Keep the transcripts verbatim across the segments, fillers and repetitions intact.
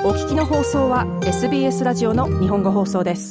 お聞きの放送は エスビーエス ラジオの日本語放送です。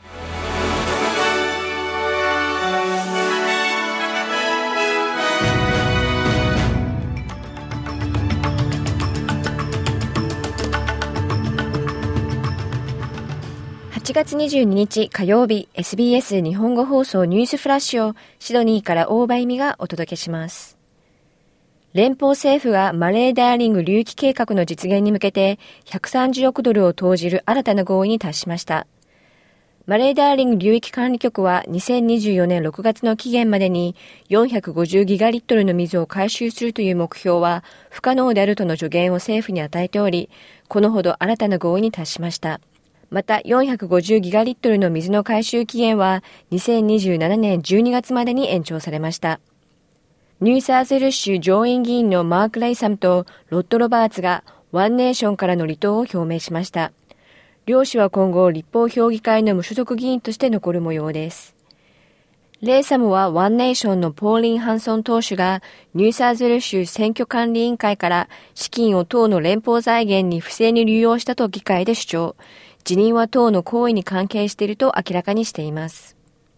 はちがつにじゅうににち火曜日、 エスビーエス 日本語放送ニュースフラッシュをシドニーから大場恵美がお届けします。連邦政府がマレーダーリング流域計画の実現に向けてひゃくさんじゅうおくドルを投じる新たな合意に達しました。マレーダーリング流域管理局はにせんにじゅうよねんろくがつの期限までによんひゃくごじゅうギガリットルの水を回収するという目標は不可能であるとの助言を政府に与えており、このほど新たな合意に達しました。またよんひゃくごじゅうギガリットルの水の回収期限はにせんにじゅうななねんじゅうにがつまでに延長されました。ニューサーズウェルズ州上院議員のマーク・レイサムとロッド・ロバーツがワンネーションからの離党を表明しました。両氏は今後立法評議会の無所属議員として残る模様です。レイサムはワンネーションのポーリン・ハンソン党首がニューサーズウェルズ州選挙管理委員会から資金を党の連邦財源に不正に流用したと議会で主張。辞任は党の行為に関係していると明らかにしています。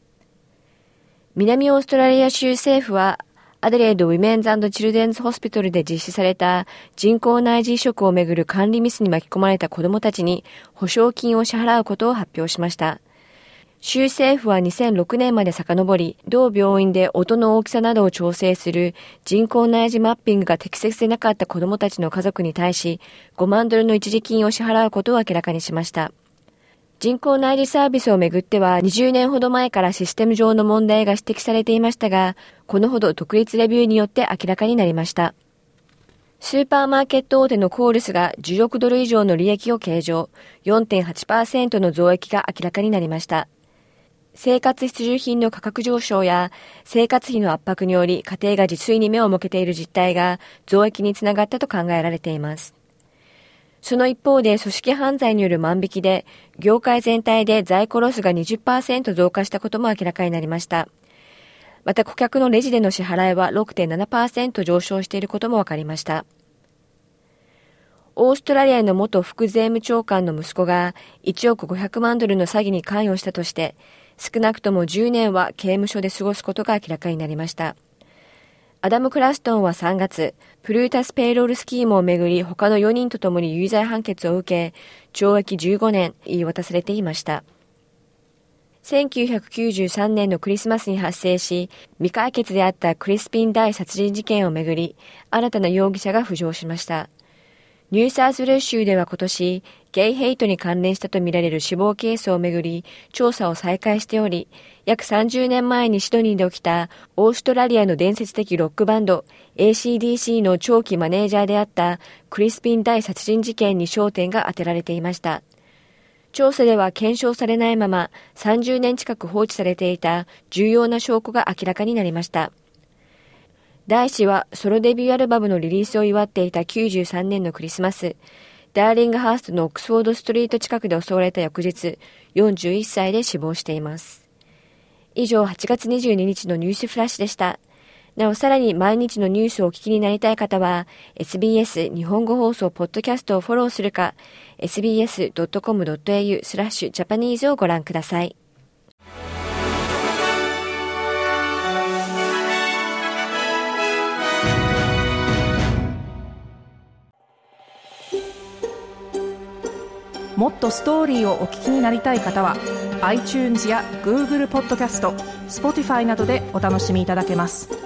南オーストラリア州政府はアデレード・ウィメンズ&チルデンズ・ホスピタルで実施された人工内耳移植をめぐる管理ミスに巻き込まれた子どもたちに補償金を支払うことを発表しました。州政府はにせんろくねんまで遡り、同病院で音の大きさなどを調整する人工内耳マッピングが適切でなかった子どもたちの家族に対しごまんドルの一時金を支払うことを明らかにしました。人工内耳サービスをめぐってはにじゅうねんほど前からシステム上の問題が指摘されていましたが、このほど独立レビューによって明らかになりました。スーパーマーケット大手のコールスがじゅうおくドル以上の利益を計上、よんてんはちパーセント の増益が明らかになりました。生活必需品の価格上昇や生活費の圧迫により家庭が自炊に目を向けている実態が増益につながったと考えられています。その一方で組織犯罪による万引きで業界全体で在庫ロスが にじゅっパーセント 増加したことも明らかになりました。また顧客のレジでの支払いは ろくてんななパーセント 上昇していることも分かりました。オーストラリアの元副税務長官の息子がいちおくごひゃくまんドルの詐欺に関与したとして少なくともじゅうねんは刑務所で過ごすことが明らかになりました。アダム・クラストンはさんがつ、プルータスペイロールスキームをめぐり他のよにんとともに有罪判決を受け、懲役じゅうごねん言い渡されていました。せんきゅうひゃくきゅうじゅうさんねんのクリスマスに発生し、未解決であったクリスピン大殺人事件をめぐり、新たな容疑者が浮上しました。ニューサーズウェルズ州では今年、ゲイヘイトに関連したとみられる死亡ケースをめぐり、調査を再開しており、約さんじゅうねんまえにシドニーで起きたオーストラリアの伝説的ロックバンド エーシーディーシー の長期マネージャーであったクリスピン大殺人事件に焦点が当てられていました。調査では検証されないままさんじゅうねん近く放置されていた重要な証拠が明らかになりました。大氏はソロデビューアルバムのリリースを祝っていたきゅうじゅうさんねんのクリスマス、ダーリングハーストのオックスフォードストリート近くで襲われた翌日、よんじゅういっさいで死亡しています。以上、はちがつにじゅうににちのニュースフラッシュでした。なお、さらに毎日のニュースをお聞きになりたい方は、エスビーエス 日本語放送ポッドキャストをフォローするか、エスビーエスドットコムドットエーユー スラッシュジャパニーズをご覧ください。 もっとストーリーをお聞きになりたい方は iTunes や Google ポッドキャスト、Spotify などでお楽しみいただけます。